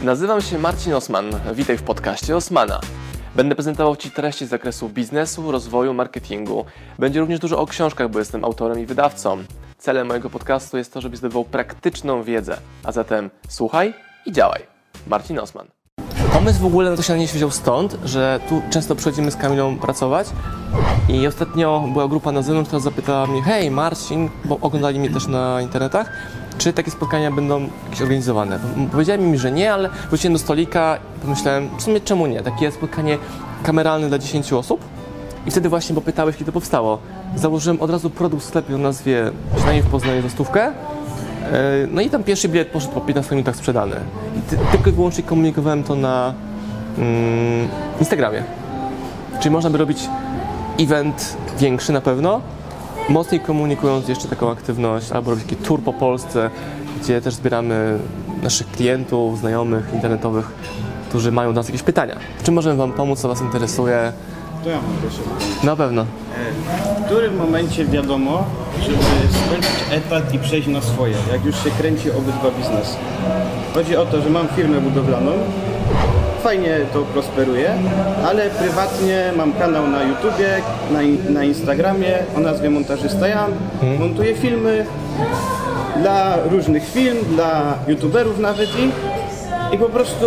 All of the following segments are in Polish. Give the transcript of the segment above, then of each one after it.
Nazywam się Marcin Osman. Witaj w podcaście Osmana. Będę prezentował Ci treści z zakresu biznesu, rozwoju, marketingu. Będzie również dużo o książkach, bo jestem autorem i wydawcą. Celem mojego podcastu jest to, żebyś zdobywał praktyczną wiedzę. A zatem słuchaj i działaj. Marcin Osman. Pomysł w ogóle na to śniadanie się wziął stąd, że tu często przychodzimy z Kamilą pracować i ostatnio była grupa na zewnątrz, która zapytała mnie: hej Marcin, bo oglądali mnie też na internetach, czy takie spotkania będą jakieś organizowane? Powiedziałem im, że nie, ale wróciłem do stolika i pomyślałem, w sumie czemu nie? Takie spotkanie kameralne dla 10 osób. I wtedy właśnie, bo pytałeś, kiedy to powstało, założyłem od razu produkt w sklepie o nazwie Śniadanie w Poznaniu za 100. No i tam pierwszy bilet poszedł po 15 minutach sprzedany. I tylko i wyłącznie komunikowałem to na Instagramie. Czyli można by robić event większy na pewno, mocniej komunikując jeszcze taką aktywność, albo robić taki tour po Polsce, gdzie też zbieramy naszych klientów, znajomych, internetowych, którzy mają do nas jakieś pytania. Czym możemy Wam pomóc, co Was interesuje? To ja mam pierwsze pytanie. Na pewno. W którym momencie wiadomo, żeby skończyć etat i przejść na swoje, jak już się kręci obydwa biznesy? Chodzi o to, że mam firmę budowlaną, fajnie to prosperuje, ale prywatnie mam kanał na YouTubie, na Instagramie o nazwie Montażysta Jan. Montuję filmy dla różnych firm, dla youtuberów nawet i po prostu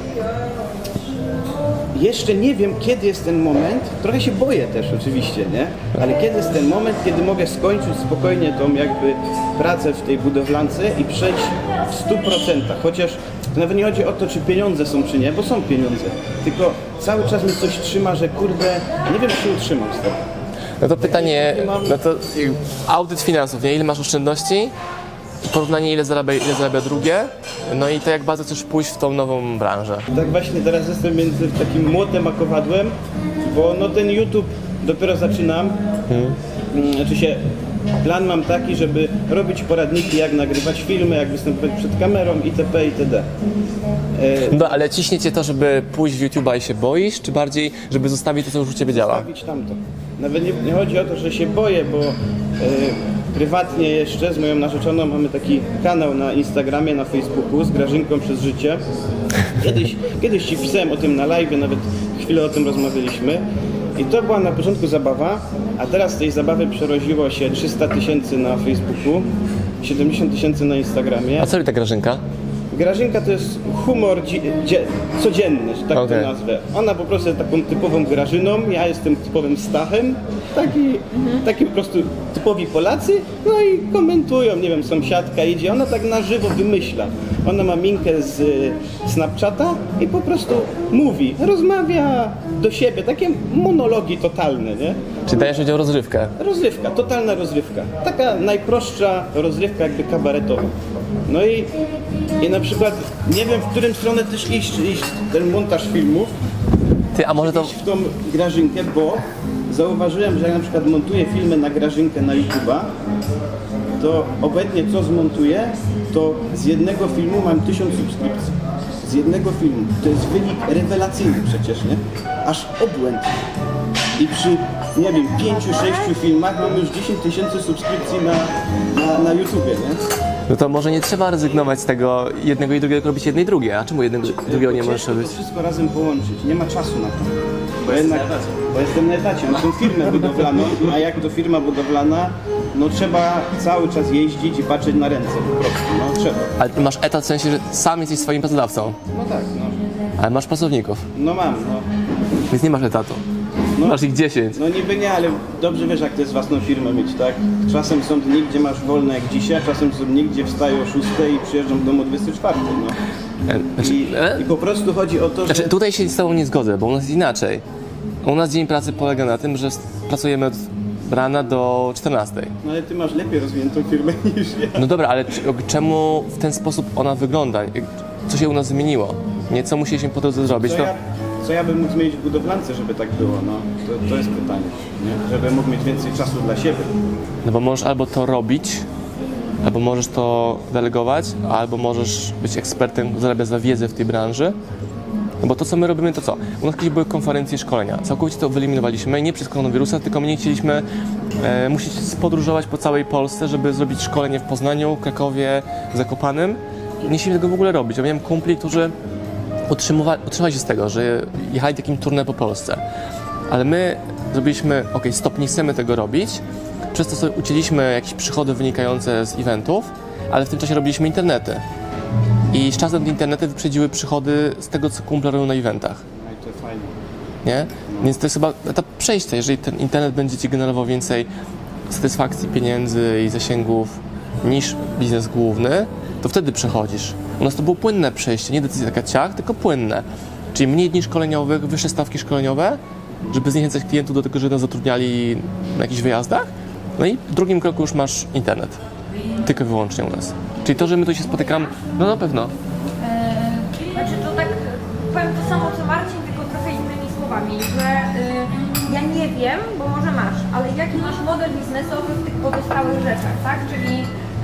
jeszcze nie wiem, kiedy jest ten moment, trochę się boję też oczywiście, nie? Ale kiedy jest ten moment, kiedy mogę skończyć spokojnie tą jakby pracę w tej budowlance i przejść w 100%, chociaż to nawet nie chodzi o to, czy pieniądze są, czy nie, bo są pieniądze, tylko cały czas mnie coś trzyma, że kurde, nie wiem, czy utrzymam z tego. No to pytanie, no to audyt finansów, nie? Ile masz oszczędności? Porównanie, ile zarabia drugie, no i to jak bardzo chcesz pójść w tą nową branżę. Tak właśnie teraz jestem między takim młotem a kowadłem, bo no ten YouTube dopiero zaczynam. Znaczy plan mam taki, żeby robić poradniki, jak nagrywać filmy, jak występować przed kamerą itp. itd. No ale ciśnie Cię to, żeby pójść w YouTube'a i się boisz, czy bardziej, żeby zostawić to, co już u Ciebie działa? Zostawić tamto. Nawet nie chodzi o to, że się boję, bo prywatnie jeszcze z moją narzeczoną mamy taki kanał na Instagramie, na Facebooku z Grażynką przez życie. Kiedyś Ci pisałem o tym na live, nawet chwilę o tym rozmawialiśmy. I to była na początku zabawa, a teraz z tej zabawy przerodziło się 300 000 na Facebooku, 70 000 na Instagramie. A co robi ta Grażynka? Grażynka to jest humor codzienny, że tak to nazwę. Ona po prostu jest taką typową Grażyną, ja jestem typowym Stachem, taki po prostu typowi Polacy, no i komentują, nie wiem, sąsiadka idzie, ona tak na żywo wymyśla. Ona ma minkę z Snapchata i po prostu mówi, rozmawia do siebie, takie monologi totalne, nie? Czy dajesz udział rozrywkę? Rozrywka, totalna rozrywka. Taka najprostsza rozrywka jakby kabaretowa. No i na przykład nie wiem, w którym stronę też iść ten montaż filmów. Ty, a może to... Iść w tą Grażynkę, bo zauważyłem, że jak na przykład montuję filmy na Grażynkę na YouTube'a, to obecnie co zmontuję, to z jednego filmu mam 1000 subskrypcji. Z jednego filmu. To jest wynik rewelacyjny przecież, nie? Aż obłęd. I przy, nie wiem, 5-6 filmach mam już 10 000 subskrypcji na YouTubie, nie? No to może nie trzeba rezygnować z tego jednego i drugiego, robić jedno i drugie. A czemu jednego i drugiego nie możesz robić? To wszystko razem połączyć. Nie ma czasu na to. Bo jestem na etacie. Mam tą firmę budowlaną, a jak to firma budowlana, no trzeba cały czas jeździć i patrzeć na ręce po prostu. No trzeba. Ale ty masz etat w sensie, że sam jesteś swoim pracodawcą. No tak, no. Ale masz pracowników. No mam, no. Więc nie masz etatu. No, masz ich 10. No niby nie, ale dobrze wiesz, jak to jest własną firmę mieć, tak? Czasem są dni, gdzie masz wolne jak dzisiaj, a czasem są dni, gdzie wstaję o 6 i przyjeżdżam do domu o 24, no. I po prostu chodzi o to, że... Znaczy, tutaj się z tobą nie zgodzę, bo u nas jest inaczej. U nas dzień pracy polega na tym, że pracujemy od rana do 14. No ale ty masz lepiej rozwiniętą firmę niż ja. No dobra, ale czemu w ten sposób ona wygląda? Co się u nas zmieniło? Nie, co musieliśmy po drodze zrobić? Co ja bym mógł zmienić w budowlance, żeby tak było, no? To jest pytanie, nie? Żeby mógł mieć więcej czasu dla siebie. No bo możesz albo to robić, albo możesz to delegować, albo możesz być ekspertem, zarabiać za wiedzę w tej branży. No bo to, co my robimy, to co? U nas kiedyś były konferencje i szkolenia. Całkowicie to wyeliminowaliśmy, nie przez koronawirusa, tylko my nie chcieliśmy musieć podróżować po całej Polsce, żeby zrobić szkolenie w Poznaniu, Krakowie, Zakopanem. Nie chcieliśmy tego w ogóle robić. Ja miałem kumpli, którzy utrzymali się z tego, że jechali takim tournée po Polsce. Ale my zrobiliśmy, stop, nie chcemy tego robić, przez to sobie ucięliśmy jakieś przychody wynikające z eventów, ale w tym czasie robiliśmy internety. I z czasem te internety wyprzedziły przychody z tego, co kumple robią na eventach. No i to fajnie. Nie? Więc to jest chyba etap przejścia. Jeżeli ten internet będzie ci generował więcej satysfakcji, pieniędzy i zasięgów niż biznes główny, to wtedy przechodzisz. U nas to było płynne przejście, nie decyzja taka ciach, tylko płynne. Czyli mniej dni szkoleniowych, wyższe stawki szkoleniowe, żeby zniechęcać klientów do tego, żeby nas zatrudniali na jakichś wyjazdach. No i w drugim kroku już masz internet. Tylko i wyłącznie u nas. Czyli to, że my tu się spotykamy, no na pewno. Znaczy to tak, powiem to samo co Marcin, tylko trochę innymi słowami, że ja nie wiem, bo może masz, ale jaki masz model biznesowy w tych pozostałych rzeczach, tak? Czyli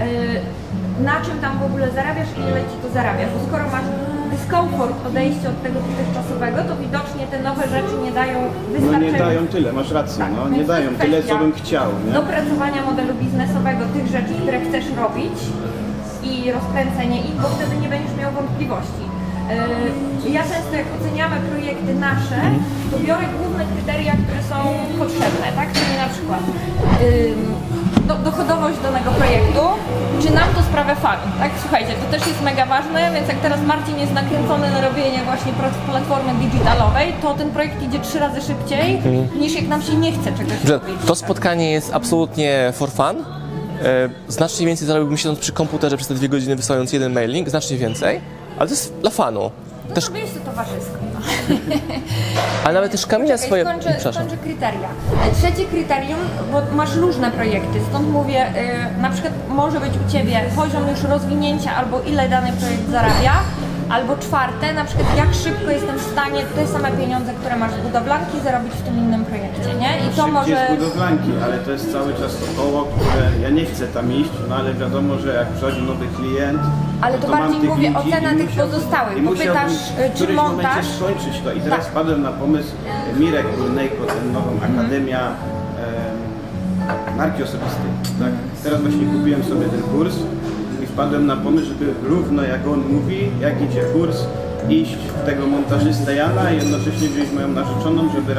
na czym tam w ogóle zarabiasz i ile ci to zarabiasz, bo skoro masz dyskomfort odejścia od tego dotychczasowego, to widocznie te nowe rzeczy nie dają wystarczająco. No nie dają tyle, masz rację, Tak, no więc nie to dają jest tyle, kwestia co bym chciał, nie? dopracowania modelu biznesowego tych rzeczy, które chcesz robić i rozkręcenie ich, bo wtedy nie będziesz miał wątpliwości. Ja często jak oceniamy projekty nasze, to biorę główne kryteria, które są potrzebne, tak? Czyli na przykład dochodowość danego projektu, czy nam to sprawia fan, tak? Słuchajcie, to też jest mega ważne, więc jak teraz Marcin jest nakręcony na robienie właśnie platformy digitalowej, to ten projekt idzie 3 razy szybciej, niż jak nam się nie chce czegoś robić. To spotkanie jest absolutnie for fun. Znacznie więcej zarobiłbym siedząc przy komputerze przez te 2 godziny wysyłając jeden mailing, znacznie więcej, ale to jest dla fanu. No Też... to wiesz, to towarzysko. No. Ale nawet też Kamila swoje... Skończę kryteria. Trzecie kryterium, bo masz różne projekty, stąd mówię, na przykład może być u Ciebie poziom już rozwinięcia albo ile dany projekt zarabia, albo czwarte, na przykład jak szybko jestem w stanie te same pieniądze, które masz z budowlanki, zarobić w tym innym projekcie, nie? I to może... z budowlanki, ale to jest cały czas to koło, które ja nie chcę tam iść, no ale wiadomo, że jak przychodzi nowy klient, ale to mam bardziej tych mówię ludzi ocena i tych pozostałych, bo pytasz, w czy którymś montaż... momencie skończyć to i teraz Tak. padłem na pomysł Mirek Górnejko, ten nową Akademia Marki Osobistej, tak? Teraz właśnie kupiłem sobie ten kurs i wpadłem na pomysł, żeby równo jak on mówi, jak idzie kurs, iść w tego montażystę Jana i jednocześnie wziąć moją narzeczoną, żeby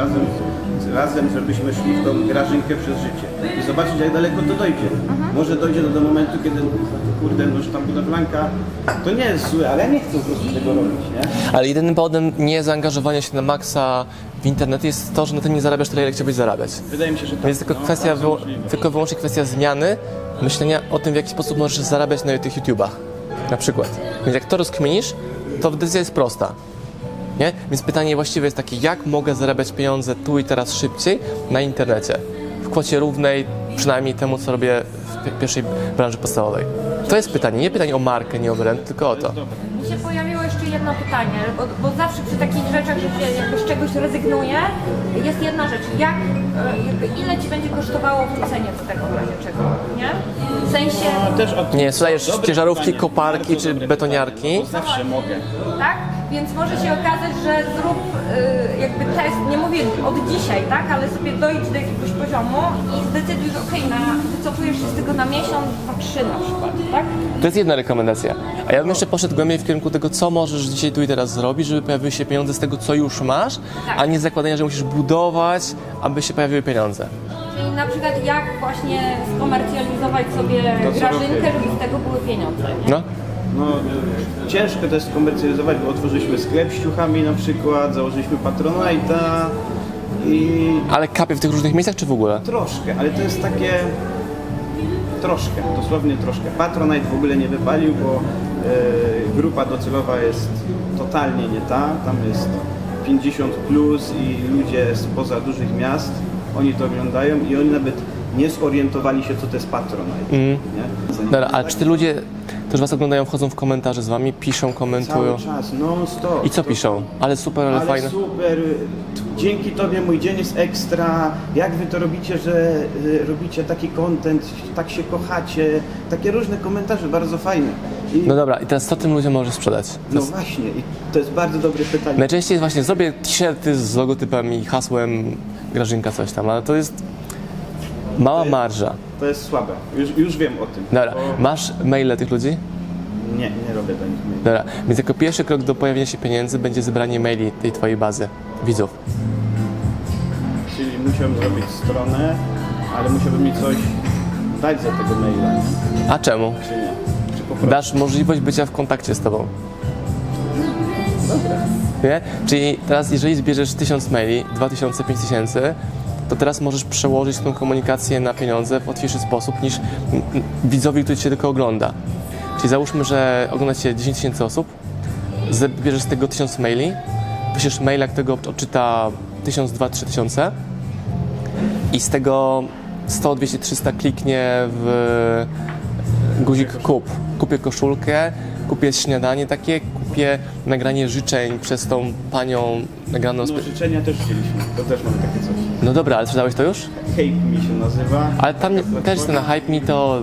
razem żebyśmy szli w tą grażynkę przez życie i zobaczyć jak daleko to dojdzie. Może dojdzie do momentu, kiedy kurde, no już tam budowlanka, to nie jest złe, ale ja nie chcę po prostu tego robić, nie? Ale jedynym powodem niezaangażowania się na maksa w internet jest to, że na tym nie zarabiasz tyle, ile chciałbyś zarabiać. Wydaje mi się, że tak. Więc tylko kwestia, tylko wyłącznie kwestia zmiany myślenia o tym, w jaki sposób możesz zarabiać na tych YouTubach. Na przykład. Więc jak to rozkminisz, to decyzja jest prosta. Nie? Więc pytanie właściwe jest takie, jak mogę zarabiać pieniądze tu i teraz szybciej na internecie? W kwocie równej przynajmniej temu, co robię w pierwszej branży podstawowej. To jest pytanie, nie pytanie o markę, nie o brand, tylko o to. Mi się pojawiło jeszcze jedno pytanie, bo zawsze przy takich rzeczach, że się jakby z czegoś rezygnuje, jest jedna rzecz, ile Ci będzie kosztowało wrzucenie z tego w razie czego, nie? W sensie... No, też o tym. Nie, sprzedajesz Dobre ciężarówki, pytanie, koparki bardzo czy dobre betoniarki. pytanie, bo zawsze mogę. Tak? Więc może się okazać, że zrób jakby test, nie mówię od dzisiaj, tak? Ale sobie dojdź do jakiegoś poziomu i zdecyduj, że wycofujesz się z tego na miesiąc, 2-3 na przykład, tak? To jest jedna rekomendacja. A ja bym jeszcze poszedł głębiej w kierunku tego, co możesz dzisiaj tu i teraz zrobić, żeby pojawiły się pieniądze z tego, co już masz, a nie zakładania, że musisz budować, aby się pojawiły pieniądze. Czyli na przykład jak właśnie skomercjalizować sobie To, co grażynkę, robię. żeby z tego były pieniądze, nie? No? No, ciężko to jest komercjalizować, bo otworzyliśmy sklep z ciuchami na przykład, założyliśmy Patronite'a i Ale kapie w tych różnych miejscach, czy w ogóle? troszkę, ale to jest takie troszkę, dosłownie troszkę. Patronite w ogóle nie wypalił, bo grupa docelowa jest totalnie nie ta, tam jest 50 plus i ludzie spoza dużych miast, oni to oglądają i oni nawet nie zorientowali się, co to jest Patronite. Nie? Dobra, a czy ty ludzie też was oglądają, wchodzą w komentarze z wami, piszą, komentują? Cały czas, non stop. I co piszą? Ale super, ale fajne. Super, dzięki Tobie mój dzień jest ekstra, jak Wy to robicie, że robicie taki content, tak się kochacie, takie różne komentarze, bardzo fajne. I, No dobra, i teraz co tym ludziom możesz sprzedać? no właśnie, i to jest bardzo dobre pytanie. Najczęściej jest właśnie, zrobię t-shirty z logotypem i hasłem Grażynka coś tam, ale to jest mała marża. To jest słabe, już wiem o tym. Dobra, Bo, masz maile tych ludzi? Nie robię do nich maili. Dobra, więc jako pierwszy krok do pojawienia się pieniędzy będzie zebranie maili tej twojej bazy widzów. Czyli musiałem zrobić stronę, ale musiałbym mi coś dać za tego maila, nie? A czemu? Czy nie? Czy po prostu... Dasz możliwość bycia w kontakcie z tobą. Dobra. Nie? Czyli teraz, jeżeli zbierzesz 1000 maili, 2000, 5000, to teraz możesz przełożyć tą komunikację na pieniądze w łatwiejszy sposób niż widzowi, który cię tylko ogląda. Czyli załóżmy, że ogląda cię 10 000 osób, bierzesz z tego 1000 maili, piszesz maila, którego odczyta 1000, 2, 3000 i z tego 100, 200, 300 kliknie w guzik kup. Kupię koszulkę, kupię śniadanie takie, kupię nagranie życzeń przez tą panią nagraną. No życzenia też chcieliśmy, to też mamy takie coś. No dobra, ale sprzedałeś to już? Hype mi się nazywa. Ale tam też na Hype Me to...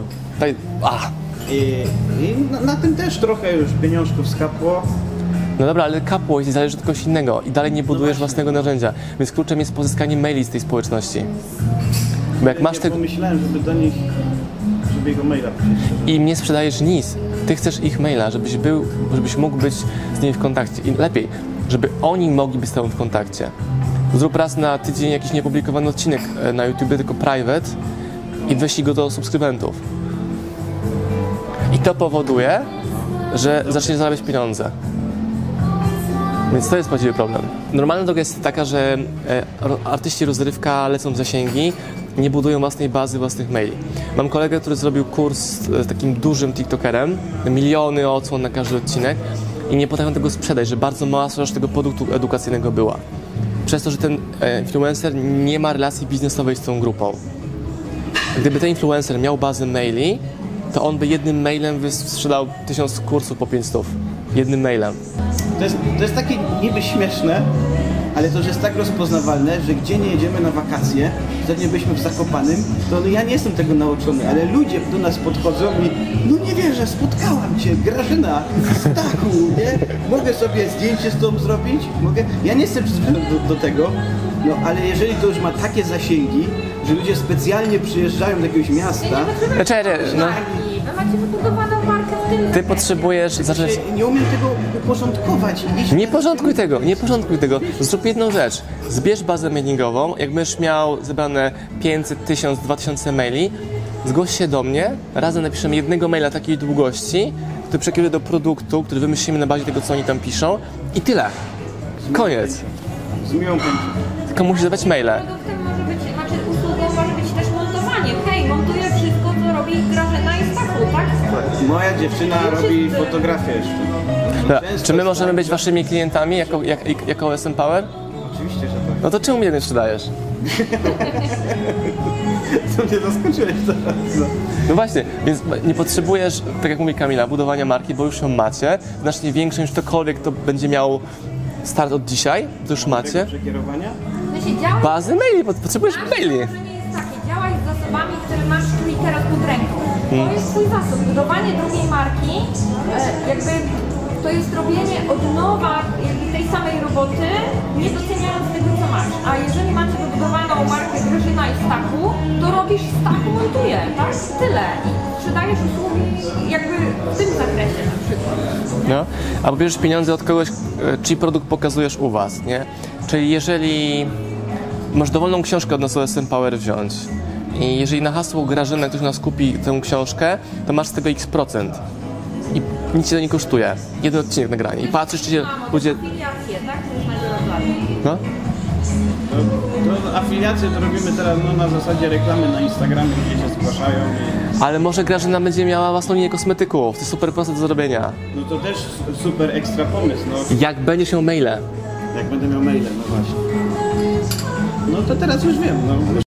I na tym też trochę już pieniążków skapło. No dobra, ale kapło i zależy od kogoś innego i dalej nie budujesz własnego narzędzia, więc kluczem jest pozyskanie maili z tej społeczności. Bo jak masz Ja tego pomyślałem, żeby do nich, żeby jego maila pisać. i nie sprzedajesz nic, ty chcesz ich maila, żebyś mógł być z nimi w kontakcie i lepiej, żeby oni mogli być z tobą w kontakcie. Zrób raz na tydzień jakiś niepublikowany odcinek na YouTube, tylko private i wyślij go do subskrybentów. I to powoduje, że zaczniesz zarabiać pieniądze. Więc to jest właściwy problem. Normalna droga jest taka, że artyści rozrywka lecą w zasięgi, nie budują własnej bazy, własnych maili. Mam kolegę, który zrobił kurs z takim dużym TikTokerem, miliony odsłon na każdy odcinek i nie potrafią tego sprzedać, że bardzo mała sprzedaż tego produktu edukacyjnego była. Przez to, że ten influencer nie ma relacji biznesowej z tą grupą. Gdyby ten influencer miał bazę maili, to on by jednym mailem sprzedał 1000 kursów po 500. Jednym mailem. To jest takie niby śmieszne, ale to już jest tak rozpoznawalne, że gdzie nie jedziemy na wakacje, ostatnio byliśmy w Zakopanym, to ja nie jestem tego nauczony, ale ludzie do nas podchodzą i no nie wierzę, spotkałam Cię, Grażyna, Stachu, nie? Mogę sobie zdjęcie z Tobą zrobić? Mogę? Ja nie jestem przyzwyczajony do tego, no ale jeżeli to już ma takie zasięgi, że ludzie specjalnie przyjeżdżają do jakiegoś miasta, No, Wy macie wybudowaną markę w tym. ty potrzebujesz zacząć... nie umiem tego uporządkować. Nie porządkuj tego. Zrób jedną rzecz. Zbierz bazę mailingową. Jak będziesz miał zebrane 500, 1000, 2000 maili, zgłoś się do mnie. Razem napiszemy jednego maila takiej długości, który przekieruję do produktu, który wymyślimy na bazie tego, co oni tam piszą. I tyle. Koniec. Z miłą chęcią. Tylko musisz dawać maile. Produktem może być, usługą może być też montowanie. Hej, montuję wszystko, co robi Grażyna i Stachu, tak? Moja dziewczyna robi fotografię jeszcze. Dobra, Często czy my jest możemy tak, być że- waszymi klientami jako OSM Power? Oczywiście, że tak. No to czemu mnie nie sprzedajesz? Co mnie zaskoczyłeś teraz? No. No właśnie, więc nie potrzebujesz, tak jak mówi Kamila, budowania marki, bo już ją macie. Znacznie większą niż ktokolwiek, kto będzie miał start od dzisiaj, to już macie. Tego przekierowania? Działaj, Bazy maili, potrzebujesz maili. założenie jest takie, działaj z zasobami, które masz tu i teraz pod ręką. To jest twój zasób. Budowanie drugiej marki, jakby to jest robienie od nowa jakby tej samej roboty, nie doceniając tego, co masz. A jeżeli macie wybudowaną markę Grażyna i Stachu, to robisz Stachu montuje, tak? Tyle. I sprzedajesz usługi jakby w tym zakresie na przykład. No, albo bierzesz pieniądze od kogoś, czyj produkt pokazujesz u was, nie? Czyli jeżeli masz dowolną książkę od nas OSM Power wziąć i jeżeli na hasło Grażyna ktoś nas kupi tę książkę, to masz z tego x%. I nic cię to nie kosztuje. Jeden odcinek nagrania. I patrzysz, czy się ludzie... Afiliacje, tak? To jest najlepsze. No? To afiliacje to robimy teraz na zasadzie reklamy na Instagramie, ludzie się zgłaszają i... Ale może Grażyna będzie miała własną linię kosmetyków. To jest super proste do zrobienia. No to też super ekstra pomysł, no. Jak będziesz miał maile. Jak będę miał maile, no właśnie. No to teraz już wiem, no.